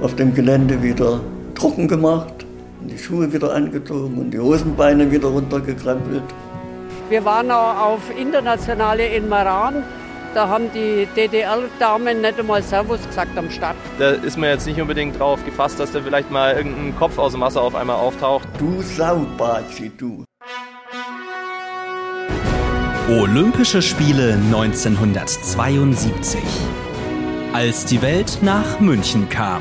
auf dem Gelände wieder trocken gemacht, die Schuhe wieder angezogen und die Hosenbeine wieder runtergekrempelt. Wir waren auch auf Internationale in Meran. Da haben die DDR-Damen nicht einmal Servus gesagt am Start. Da ist man jetzt nicht unbedingt drauf gefasst, dass da vielleicht mal irgendein Kopf aus dem Wasser auf einmal auftaucht. Du Saubazi, du. Olympische Spiele 1972. Als die Welt nach München kam.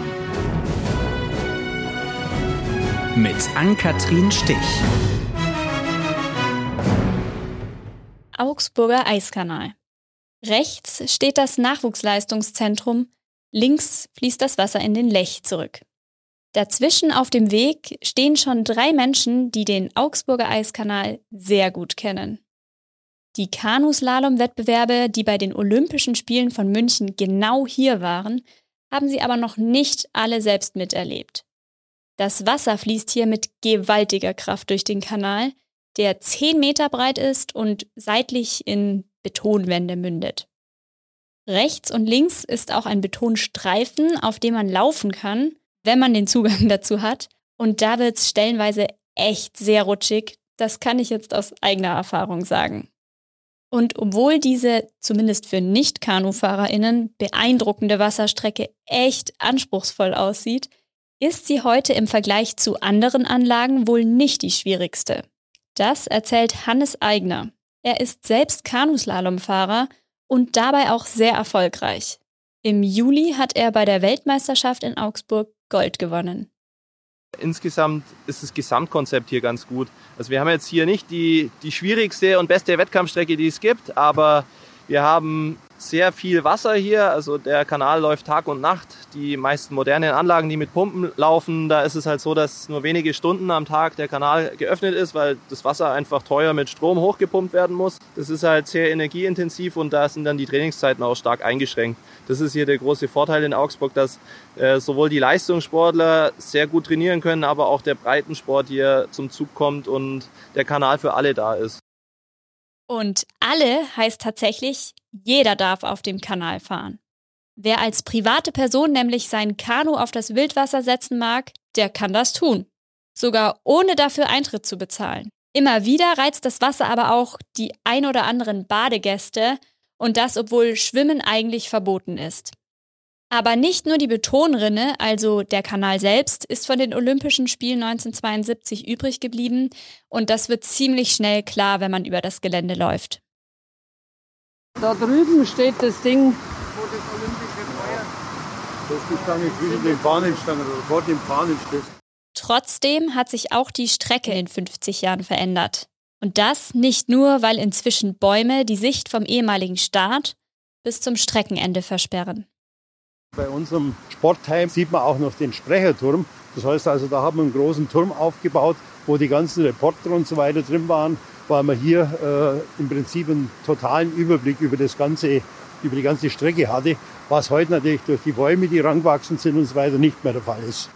Mit Ann-Kathrin Stich. Augsburger Eiskanal. Rechts steht das Nachwuchsleistungszentrum, links fließt das Wasser in den Lech zurück. Dazwischen auf dem Weg stehen schon 3 Menschen, die den Augsburger Eiskanal sehr gut kennen. Die Kanuslalom-Wettbewerbe, die bei den Olympischen Spielen von München genau hier waren, haben sie aber noch nicht alle selbst miterlebt. Das Wasser fließt hier mit gewaltiger Kraft durch den Kanal, der 10 Meter breit ist und seitlich in Betonwände mündet. Rechts und links ist auch ein Betonstreifen, auf dem man laufen kann, wenn man den Zugang dazu hat. Und da wird es stellenweise echt sehr rutschig. Das kann ich jetzt aus eigener Erfahrung sagen. Und obwohl diese, zumindest für Nicht-KanufahrerInnen, beeindruckende Wasserstrecke echt anspruchsvoll aussieht, ist sie heute im Vergleich zu anderen Anlagen wohl nicht die schwierigste. Das erzählt Hannes Aigner. Er ist selbst Kanuslalomfahrer und dabei auch sehr erfolgreich. Im Juli hat er bei der Weltmeisterschaft in Augsburg Gold gewonnen. Insgesamt ist das Gesamtkonzept hier ganz gut. Also wir haben jetzt hier nicht die schwierigste und beste Wettkampfstrecke, die es gibt, aber wir haben sehr viel Wasser hier, also der Kanal läuft Tag und Nacht. Die meisten modernen Anlagen, die mit Pumpen laufen, da ist es halt so, dass nur wenige Stunden am Tag der Kanal geöffnet ist, weil das Wasser einfach teuer mit Strom hochgepumpt werden muss. Das ist halt sehr energieintensiv und da sind dann die Trainingszeiten auch stark eingeschränkt. Das ist hier der große Vorteil in Augsburg, dass sowohl die Leistungssportler sehr gut trainieren können, aber auch der Breitensport hier zum Zug kommt und der Kanal für alle da ist. Und alle heißt tatsächlich, jeder darf auf dem Kanal fahren. Wer als private Person nämlich sein Kanu auf das Wildwasser setzen mag, der kann das tun. Sogar ohne dafür Eintritt zu bezahlen. Immer wieder reizt das Wasser aber auch die ein oder anderen Badegäste und das, obwohl Schwimmen eigentlich verboten ist. Aber nicht nur die Betonrinne, also der Kanal selbst, ist von den Olympischen Spielen 1972 übrig geblieben und das wird ziemlich schnell klar, wenn man über das Gelände läuft. Da drüben steht das Ding. Wo das olympische Feuer. Das ist die Stange zwischen den Fahnenstangen oder vor dem Fahnenstück. Trotzdem hat sich auch die Strecke in 50 Jahren verändert. Und das nicht nur, weil inzwischen Bäume die Sicht vom ehemaligen Start bis zum Streckenende versperren. Bei unserem Sportheim sieht man auch noch den Sprecherturm. Das heißt also, da haben wir einen großen Turm aufgebaut, wo die ganzen Reporter und so weiter drin waren, weil man hier im Prinzip einen totalen Überblick über die ganze Strecke hatte, was heute natürlich durch die Bäume, die rangewachsen sind und so weiter, nicht mehr der Fall ist.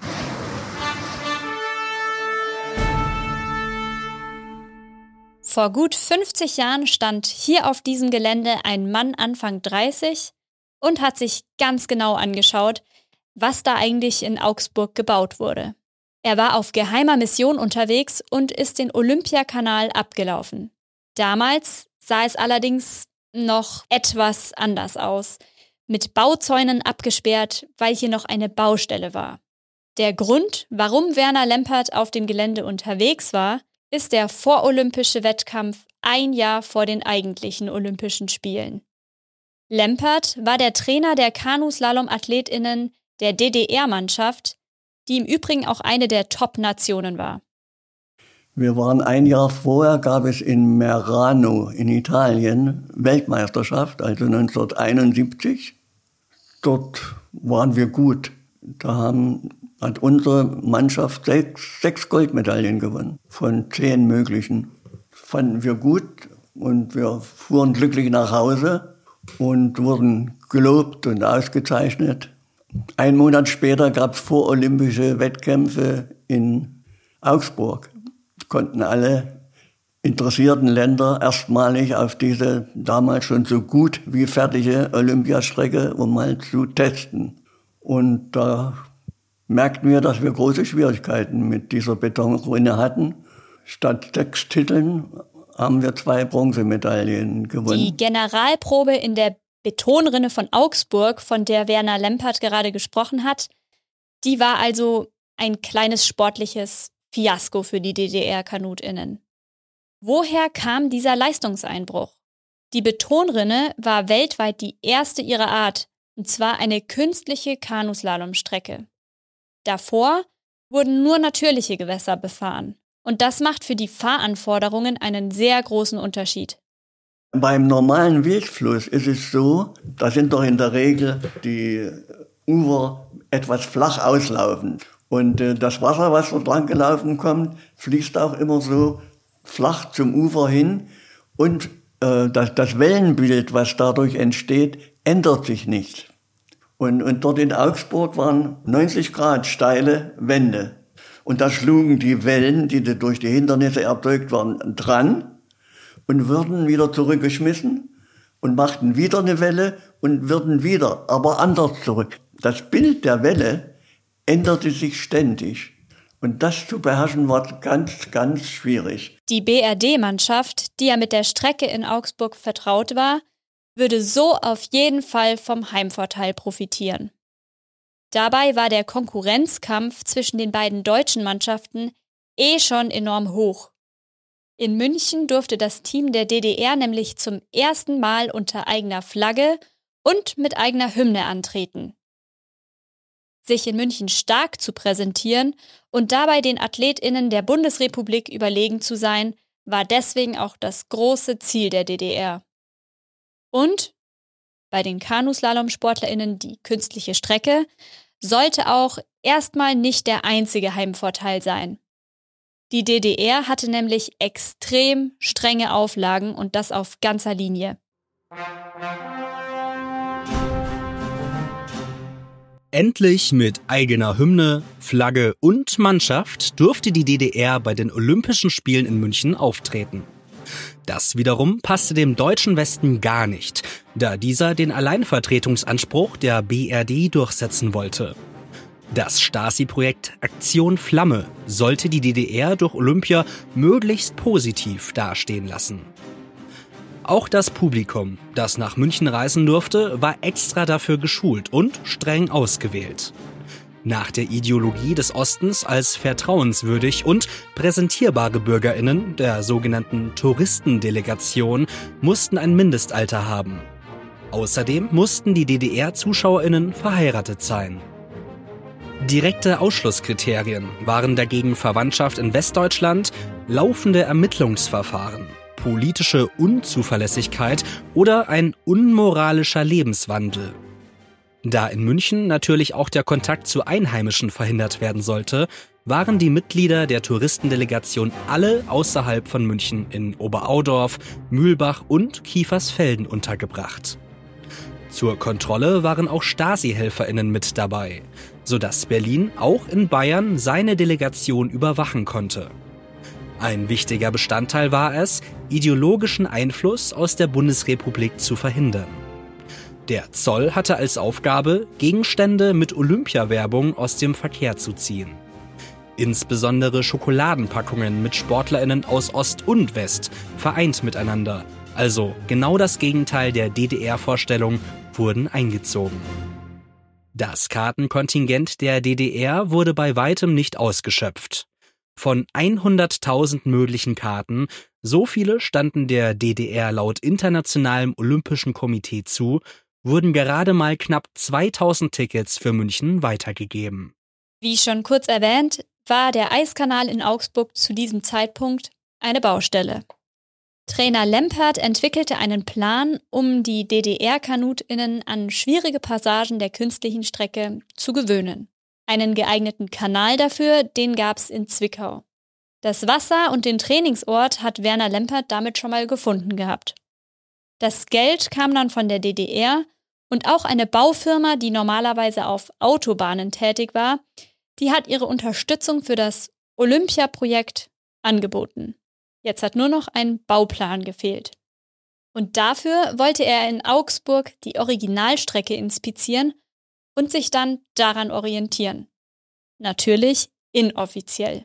Vor gut 50 Jahren stand hier auf diesem Gelände ein Mann Anfang 30 und hat sich ganz genau angeschaut, was da eigentlich in Augsburg gebaut wurde. Er war auf geheimer Mission unterwegs und ist den Olympiakanal abgelaufen. Damals sah es allerdings noch etwas anders aus, mit Bauzäunen abgesperrt, weil hier noch eine Baustelle war. Der Grund, warum Werner Lempert auf dem Gelände unterwegs war, ist der vorolympische Wettkampf ein Jahr vor den eigentlichen Olympischen Spielen. Lempert war der Trainer der Kanuslalom-AthletInnen der DDR-Mannschaft, die im Übrigen auch eine der Top-Nationen war. Wir waren ein Jahr vorher, gab es in Merano in Italien Weltmeisterschaft, also 1971. Dort waren wir gut. Da hat unsere Mannschaft sechs Goldmedaillen gewonnen, von 10 möglichen. Das fanden wir gut und wir fuhren glücklich nach Hause und wurden gelobt und ausgezeichnet. Ein Monat später gab es vorolympische Wettkämpfe in Augsburg. Konnten alle interessierten Länder erstmalig auf diese damals schon so gut wie fertige Olympiastrecke, um mal zu testen. Und da merkten wir, dass wir große Schwierigkeiten mit dieser Betonrinne hatten. Statt 6 Titeln haben wir 2 Bronzemedaillen gewonnen. Die Generalprobe in der Betonrinne von Augsburg, von der Werner Lempert gerade gesprochen hat, die war also ein kleines sportliches Fiasko für die DDR-KanutInnen. Woher kam dieser Leistungseinbruch? Die Betonrinne war weltweit die erste ihrer Art, und zwar eine künstliche Kanuslalomstrecke. Davor wurden nur natürliche Gewässer befahren. Und das macht für die Fahranforderungen einen sehr großen Unterschied. Beim normalen Wildfluss ist es so, da sind doch in der Regel die Ufer etwas flach auslaufend. Und das Wasser, was dort lang gelaufen kommt, fließt auch immer so flach zum Ufer hin. Und das Wellenbild, was dadurch entsteht, ändert sich nicht. Und dort in Augsburg waren 90 Grad steile Wände. Und da schlugen die Wellen, die durch die Hindernisse erzeugt waren, dran und würden wieder zurückgeschmissen und machten wieder eine Welle und würden wieder, aber anders zurück. Das Bild der Welle änderte sich ständig. Und das zu beherrschen war ganz, ganz schwierig. Die BRD-Mannschaft, die ja mit der Strecke in Augsburg vertraut war, würde so auf jeden Fall vom Heimvorteil profitieren. Dabei war der Konkurrenzkampf zwischen den beiden deutschen Mannschaften schon enorm hoch. In München durfte das Team der DDR nämlich zum ersten Mal unter eigener Flagge und mit eigener Hymne antreten. Sich in München stark zu präsentieren und dabei den AthletInnen der Bundesrepublik überlegen zu sein, war deswegen auch das große Ziel der DDR. Und bei den Kanuslalom-SportlerInnen die künstliche Strecke sollte auch erstmal nicht der einzige Heimvorteil sein. Die DDR hatte nämlich extrem strenge Auflagen und das auf ganzer Linie. Endlich mit eigener Hymne, Flagge und Mannschaft durfte die DDR bei den Olympischen Spielen in München auftreten. Das wiederum passte dem deutschen Westen gar nicht, da dieser den Alleinvertretungsanspruch der BRD durchsetzen wollte. Das Stasi-Projekt Aktion Flamme sollte die DDR durch Olympia möglichst positiv dastehen lassen. Auch das Publikum, das nach München reisen durfte, war extra dafür geschult und streng ausgewählt. Nach der Ideologie des Ostens als vertrauenswürdig und präsentierbare BürgerInnen der sogenannten Touristendelegation mussten ein Mindestalter haben. Außerdem mussten die DDR-ZuschauerInnen verheiratet sein. Direkte Ausschlusskriterien waren dagegen Verwandtschaft in Westdeutschland, laufende Ermittlungsverfahren, politische Unzuverlässigkeit oder ein unmoralischer Lebenswandel. Da in München natürlich auch der Kontakt zu Einheimischen verhindert werden sollte, waren die Mitglieder der Touristendelegation alle außerhalb von München in Oberaudorf, Mühlbach und Kiefersfelden untergebracht. Zur Kontrolle waren auch Stasi-HelferInnen mit dabei, sodass Berlin auch in Bayern seine Delegation überwachen konnte. Ein wichtiger Bestandteil war es, ideologischen Einfluss aus der Bundesrepublik zu verhindern. Der Zoll hatte als Aufgabe, Gegenstände mit Olympiawerbung aus dem Verkehr zu ziehen. Insbesondere Schokoladenpackungen mit SportlerInnen aus Ost und West, vereint miteinander, also genau das Gegenteil der DDR-Vorstellung, wurden eingezogen. Das Kartenkontingent der DDR wurde bei weitem nicht ausgeschöpft. Von 100.000 möglichen Karten, so viele standen der DDR laut Internationalem Olympischen Komitee zu, wurden gerade mal knapp 2.000 Tickets für München weitergegeben. Wie schon kurz erwähnt, war der Eiskanal in Augsburg zu diesem Zeitpunkt eine Baustelle. Trainer Lempert entwickelte einen Plan, um die DDR-KanutInnen an schwierige Passagen der künstlichen Strecke zu gewöhnen. Einen geeigneten Kanal dafür, den gab's in Zwickau. Das Wasser und den Trainingsort hat Werner Lempert damit schon mal gefunden gehabt. Das Geld kam dann von der DDR und auch eine Baufirma, die normalerweise auf Autobahnen tätig war, die hat ihre Unterstützung für das Olympiaprojekt angeboten. Jetzt hat nur noch ein Bauplan gefehlt. Und dafür wollte er in Augsburg die Originalstrecke inspizieren und sich dann daran orientieren. natürlich inoffiziell.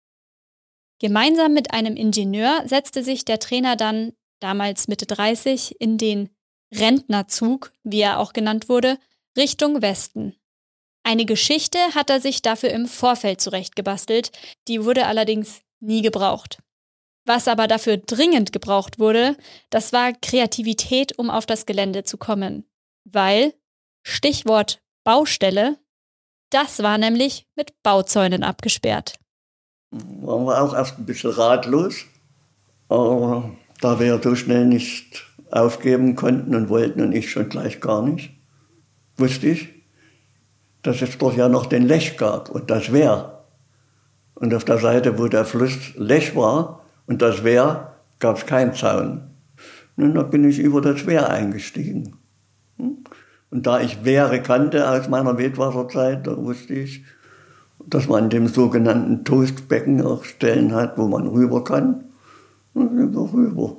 Gemeinsam mit einem Ingenieur setzte sich der Trainer dann, damals Mitte 30, in den Rentnerzug, wie er auch genannt wurde, Richtung Westen. Eine Geschichte hat er sich dafür im Vorfeld zurechtgebastelt, die wurde allerdings nie gebraucht. Was aber dafür dringend gebraucht wurde, das war Kreativität, um auf das Gelände zu kommen. Weil, Stichwort Baustelle, das war nämlich mit Bauzäunen abgesperrt. Waren wir auch erst ein bisschen ratlos, aber da wir so schnell nicht aufgeben konnten und wollten und ich schon gleich gar nicht, wusste ich, dass es dort ja noch den Lech gab und das Wehr. Und auf der Seite, wo der Fluss Lech war und das Wehr, gab es keinen Zaun. Nun, da bin ich über das Wehr eingestiegen. Und da ich Wehre kannte aus meiner Wildwasserzeit, da wusste ich, dass man in dem sogenannten Toastbecken auch Stellen hat, wo man rüber kann. Und sind wir rüber.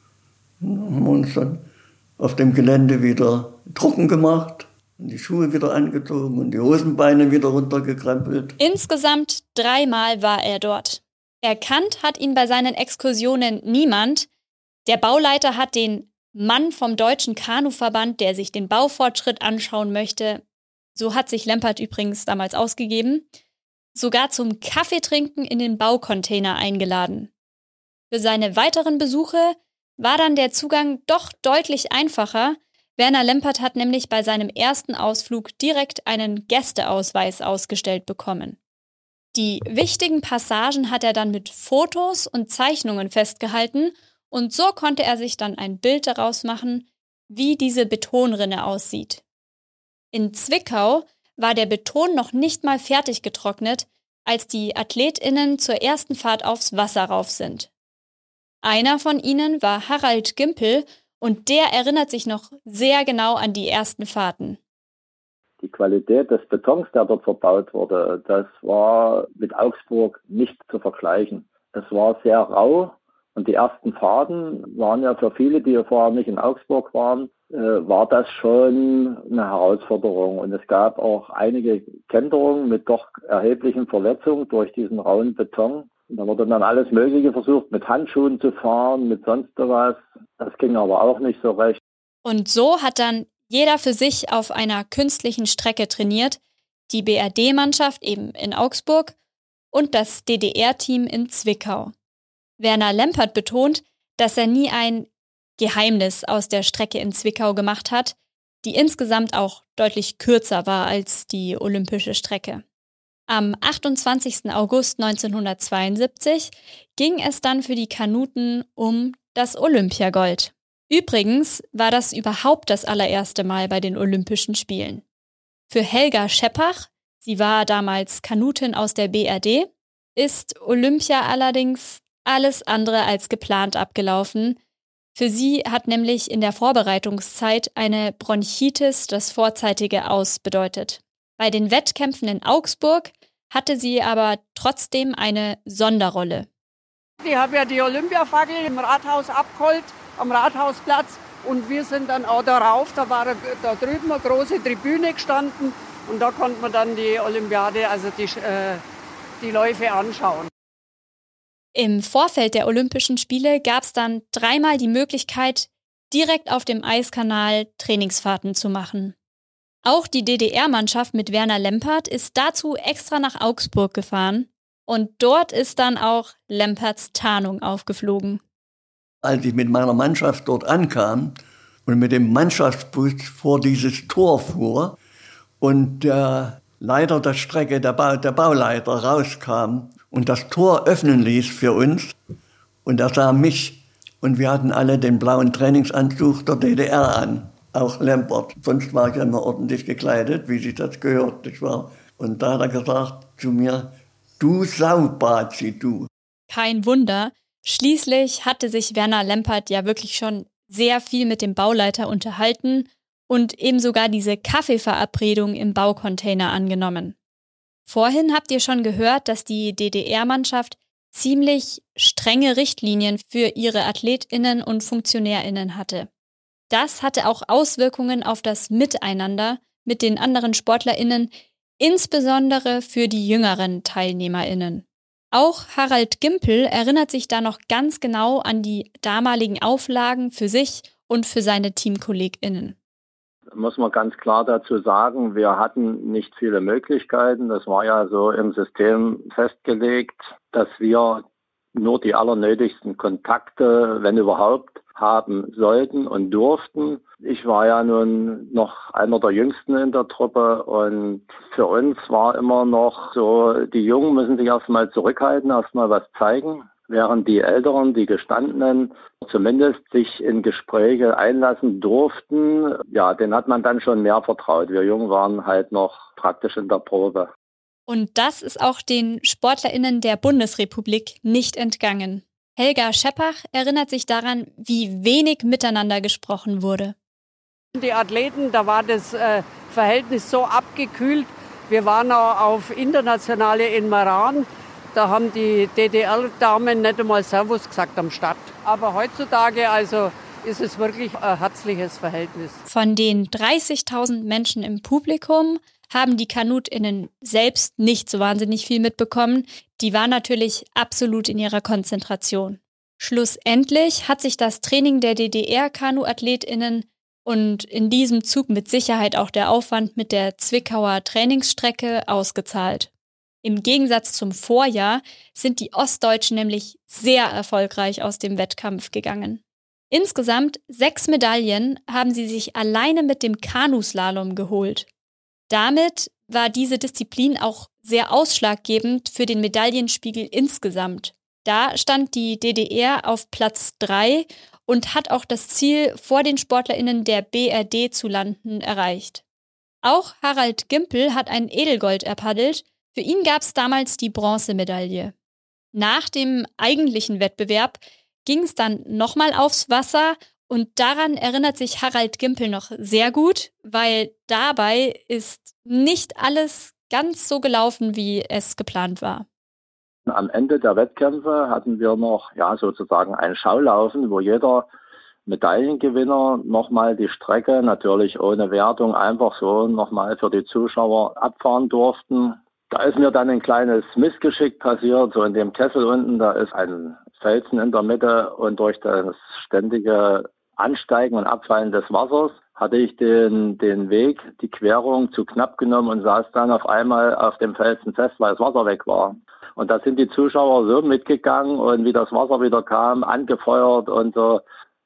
Und dann haben wir uns dann auf dem Gelände wieder trocken gemacht und die Schuhe wieder angezogen und die Hosenbeine wieder runtergekrempelt. Insgesamt 3-mal war er dort. Erkannt hat ihn bei seinen Exkursionen niemand. Der Bauleiter hat den Mann vom Deutschen Kanuverband, der sich den Baufortschritt anschauen möchte, so hat sich Lempert übrigens damals ausgegeben, sogar zum Kaffeetrinken in den Baucontainer eingeladen. Für seine weiteren Besuche war dann der Zugang doch deutlich einfacher. Werner Lempert hat nämlich bei seinem ersten Ausflug direkt einen Gästeausweis ausgestellt bekommen. Die wichtigen Passagen hat er dann mit Fotos und Zeichnungen festgehalten und so konnte er sich dann ein Bild daraus machen, wie diese Betonrinne aussieht. In Zwickau war der Beton noch nicht mal fertig getrocknet, als die AthletInnen zur ersten Fahrt aufs Wasser rauf sind. Einer von ihnen war Harald Gimpel und der erinnert sich noch sehr genau an die ersten Fahrten. Die Qualität des Betons, der dort verbaut wurde, das war mit Augsburg nicht zu vergleichen. Es war sehr rau und die ersten Fahrten waren ja für viele, die vorher nicht in Augsburg waren, war das schon eine Herausforderung. Und es gab auch einige Kenterungen mit doch erheblichen Verletzungen durch diesen rauen Beton. Und da wurde dann alles Mögliche versucht, mit Handschuhen zu fahren, mit sonst was. Das ging aber auch nicht so recht. Und so hat dann jeder für sich auf einer künstlichen Strecke trainiert, die BRD-Mannschaft eben in Augsburg und das DDR-Team in Zwickau. Werner Lempert betont, dass er nie ein Geheimnis aus der Strecke in Zwickau gemacht hat, die insgesamt auch deutlich kürzer war als die olympische Strecke. Am 28. August 1972 ging es dann für die Kanuten um das Olympiagold. Übrigens war das überhaupt das allererste Mal bei den Olympischen Spielen. Für Helga Scheppach, sie war damals Kanutin aus der BRD, ist Olympia allerdings alles andere als geplant abgelaufen. Für sie hat nämlich in der Vorbereitungszeit eine Bronchitis das vorzeitige Aus bedeutet. Bei den Wettkämpfen in Augsburg hatte sie aber trotzdem eine Sonderrolle. Ich habe ja die Olympiafackel im Rathaus abgeholt, am Rathausplatz. Und wir sind dann auch darauf, da war da drüben eine große Tribüne gestanden. Und da konnte man dann die Olympiade, also die Läufe anschauen. Im Vorfeld der Olympischen Spiele gab es dann 3-mal die Möglichkeit, direkt auf dem Eiskanal Trainingsfahrten zu machen. Auch die DDR-Mannschaft mit Werner Lempert ist dazu extra nach Augsburg gefahren und dort ist dann auch Lemperts Tarnung aufgeflogen. Als ich mit meiner Mannschaft dort ankam und mit dem Mannschaftsbus vor dieses Tor fuhr und der Leiter der Strecke, der Bauleiter, rauskam und das Tor öffnen ließ für uns und er sah mich und wir hatten alle den blauen Trainingsanzug der DDR an, auch Lempert. Sonst war ich ja immer ordentlich gekleidet, wie sich das gehört. Und da hat er gesagt zu mir, du Saubazi, du. Kein Wunder, schließlich hatte sich Werner Lempert ja wirklich schon sehr viel mit dem Bauleiter unterhalten und eben sogar diese Kaffeeverabredung im Baucontainer angenommen. Vorhin habt ihr schon gehört, dass die DDR-Mannschaft ziemlich strenge Richtlinien für ihre AthletInnen und FunktionärInnen hatte. Das hatte auch Auswirkungen auf das Miteinander mit den anderen SportlerInnen, insbesondere für die jüngeren TeilnehmerInnen. Auch Harald Gimpel erinnert sich da noch ganz genau an die damaligen Auflagen für sich und für seine TeamkollegInnen. Muss man ganz klar dazu sagen, wir hatten nicht viele Möglichkeiten. Das war ja so im System festgelegt, dass wir nur die allernötigsten Kontakte, wenn überhaupt, haben sollten und durften. Ich war ja nun noch einer der Jüngsten in der Truppe und für uns war immer noch so, die Jungen müssen sich erstmal zurückhalten, erstmal was zeigen, während die Älteren, die Gestandenen, zumindest sich in Gespräche einlassen durften. Ja, denen hat man dann schon mehr vertraut. Wir Jungen waren halt noch praktisch in der Probe. Und das ist auch den SportlerInnen der Bundesrepublik nicht entgangen. Helga Scheppach erinnert sich daran, wie wenig miteinander gesprochen wurde. Die Athleten, da war das Verhältnis so abgekühlt. Wir waren auch auf Internationale in Meran. Da haben die DDR-Damen nicht einmal Servus gesagt am Start. Aber heutzutage also ist es wirklich ein herzliches Verhältnis. Von den 30.000 Menschen im Publikum haben die KanutInnen selbst nicht so wahnsinnig viel mitbekommen. Die waren natürlich absolut in ihrer Konzentration. Schlussendlich hat sich das Training der DDR-Kanu-AthletInnen und in diesem Zug mit Sicherheit auch der Aufwand mit der Zwickauer Trainingsstrecke ausgezahlt. Im Gegensatz zum Vorjahr sind die Ostdeutschen nämlich sehr erfolgreich aus dem Wettkampf gegangen. Insgesamt 6 Medaillen haben sie sich alleine mit dem Kanuslalom geholt. Damit war diese Disziplin auch sehr ausschlaggebend für den Medaillenspiegel insgesamt. Da stand die DDR auf Platz 3 und hat auch das Ziel, vor den SportlerInnen der BRD zu landen, erreicht. Auch Harald Gimpel hat ein Edelgold erpaddelt. Für ihn gab es damals die Bronzemedaille. Nach dem eigentlichen Wettbewerb ging es dann nochmal aufs Wasser und daran erinnert sich Harald Gimpel noch sehr gut, weil dabei ist nicht alles ganz so gelaufen, wie es geplant war. Am Ende der Wettkämpfe hatten wir noch sozusagen ein Schaulaufen, wo jeder Medaillengewinner nochmal die Strecke, natürlich ohne Wertung, einfach so nochmal für die Zuschauer abfahren durften. Da ist mir dann ein kleines Missgeschick passiert, so in dem Kessel unten, da ist ein Felsen in der Mitte und durch das ständige Ansteigen und Abfallen des Wassers hatte ich den Weg, die Querung zu knapp genommen und saß dann auf einmal auf dem Felsen fest, weil das Wasser weg war. Und da sind die Zuschauer so mitgegangen und wie das Wasser wieder kam, angefeuert und so.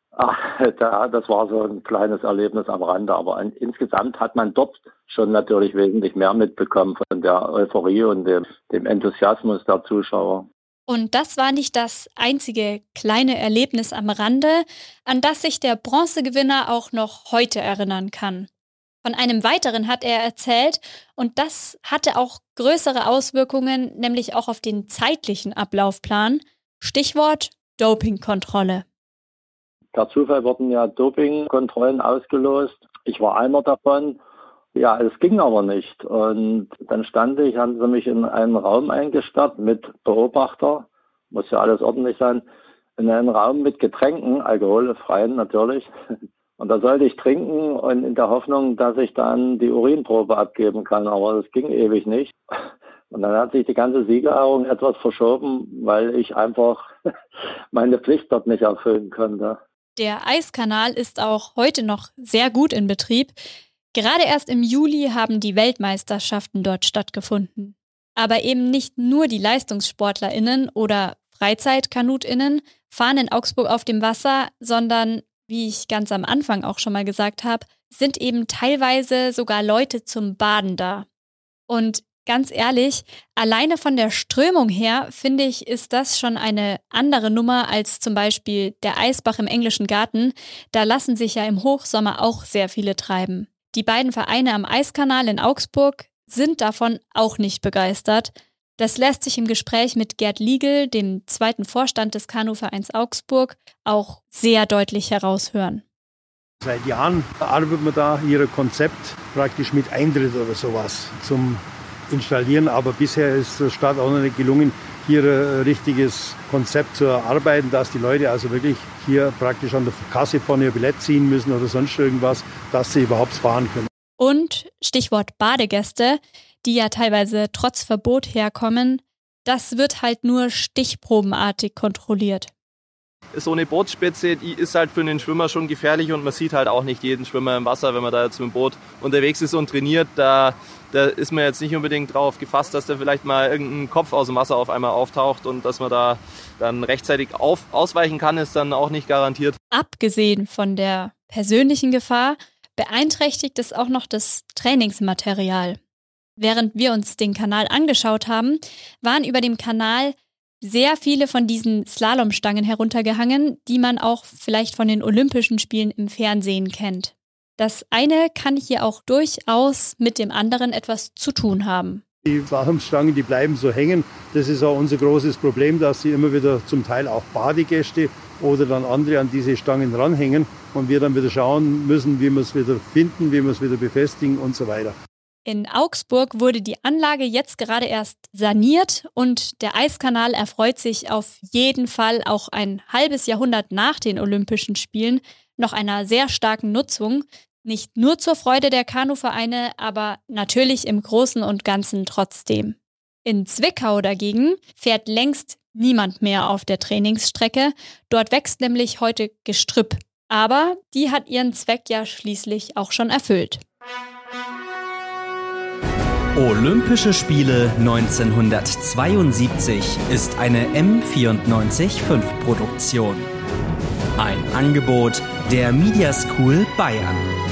Das war so ein kleines Erlebnis am Rande. Aber insgesamt hat man dort schon natürlich wesentlich mehr mitbekommen von der Euphorie und dem Enthusiasmus der Zuschauer. Und das war nicht das einzige kleine Erlebnis am Rande, an das sich der Bronzegewinner auch noch heute erinnern kann. Von einem weiteren hat er erzählt und das hatte auch größere Auswirkungen, nämlich auch auf den zeitlichen Ablaufplan. Stichwort Dopingkontrolle. Per Zufall wurden ja Dopingkontrollen ausgelost. Ich war einer davon. Ja, es ging aber nicht. Und dann haben sie mich in einen Raum eingesperrt mit Beobachter. Muss ja alles ordentlich sein. In einen Raum mit Getränken, alkoholfreien natürlich. Und da sollte ich trinken und in der Hoffnung, dass ich dann die Urinprobe abgeben kann. Aber das ging ewig nicht. Und dann hat sich die ganze Siegerehrung etwas verschoben, weil ich einfach meine Pflicht dort nicht erfüllen konnte. Der Eiskanal ist auch heute noch sehr gut in Betrieb. Gerade erst im Juli haben die Weltmeisterschaften dort stattgefunden. Aber eben nicht nur die LeistungssportlerInnen oder FreizeitkanutInnen fahren in Augsburg auf dem Wasser, sondern, wie ich ganz am Anfang auch schon mal gesagt habe, sind eben teilweise sogar Leute zum Baden da. Und ganz ehrlich, alleine von der Strömung her, finde ich, ist das schon eine andere Nummer als zum Beispiel der Eisbach im Englischen Garten. Da lassen sich ja im Hochsommer auch sehr viele treiben. Die beiden Vereine am Eiskanal in Augsburg sind davon auch nicht begeistert. Das lässt sich im Gespräch mit Gerd Liegel, dem zweiten Vorstand des Kanuvereins Augsburg, auch sehr deutlich heraushören. Seit Jahren arbeitet man da ihr Konzept praktisch mit Eintritt oder sowas zum installieren, aber bisher ist der Stadt auch noch nicht gelungen, hier ein richtiges Konzept zu erarbeiten, dass die Leute also wirklich hier praktisch an der Kasse vorne ihr Billett ziehen müssen oder sonst irgendwas, dass sie überhaupt fahren können. Und Stichwort Badegäste, die ja teilweise trotz Verbot herkommen, das wird halt nur stichprobenartig kontrolliert. So eine Bootsspitze, die ist halt für einen Schwimmer schon gefährlich und man sieht halt auch nicht jeden Schwimmer im Wasser, wenn man da jetzt mit dem Boot unterwegs ist und trainiert. Da ist man jetzt nicht unbedingt drauf gefasst, dass da vielleicht mal irgendein Kopf aus dem Wasser auf einmal auftaucht und dass man da dann rechtzeitig ausweichen kann, ist dann auch nicht garantiert. Abgesehen von der persönlichen Gefahr beeinträchtigt es auch noch das Trainingsmaterial. Während wir uns den Kanal angeschaut haben, waren über dem Kanal sehr viele von diesen Slalomstangen heruntergehangen, die man auch vielleicht von den Olympischen Spielen im Fernsehen kennt. Das eine kann hier auch durchaus mit dem anderen etwas zu tun haben. Die Slalomstangen, die bleiben so hängen. Das ist auch unser großes Problem, dass sie immer wieder zum Teil auch Badegäste oder dann andere an diese Stangen ranhängen und wir dann wieder schauen müssen, wie wir es wieder finden, wie wir es wieder befestigen und so weiter. In Augsburg wurde die Anlage jetzt gerade erst saniert und der Eiskanal erfreut sich auf jeden Fall auch ein halbes Jahrhundert nach den Olympischen Spielen noch einer sehr starken Nutzung. Nicht nur zur Freude der Kanuvereine, aber natürlich im Großen und Ganzen trotzdem. In Zwickau dagegen fährt längst niemand mehr auf der Trainingsstrecke. Dort wächst nämlich heute Gestrüpp. Aber die hat ihren Zweck ja schließlich auch schon erfüllt. Olympische Spiele 1972 ist eine M94.5 Produktion. Ein Angebot der Media School Bayern.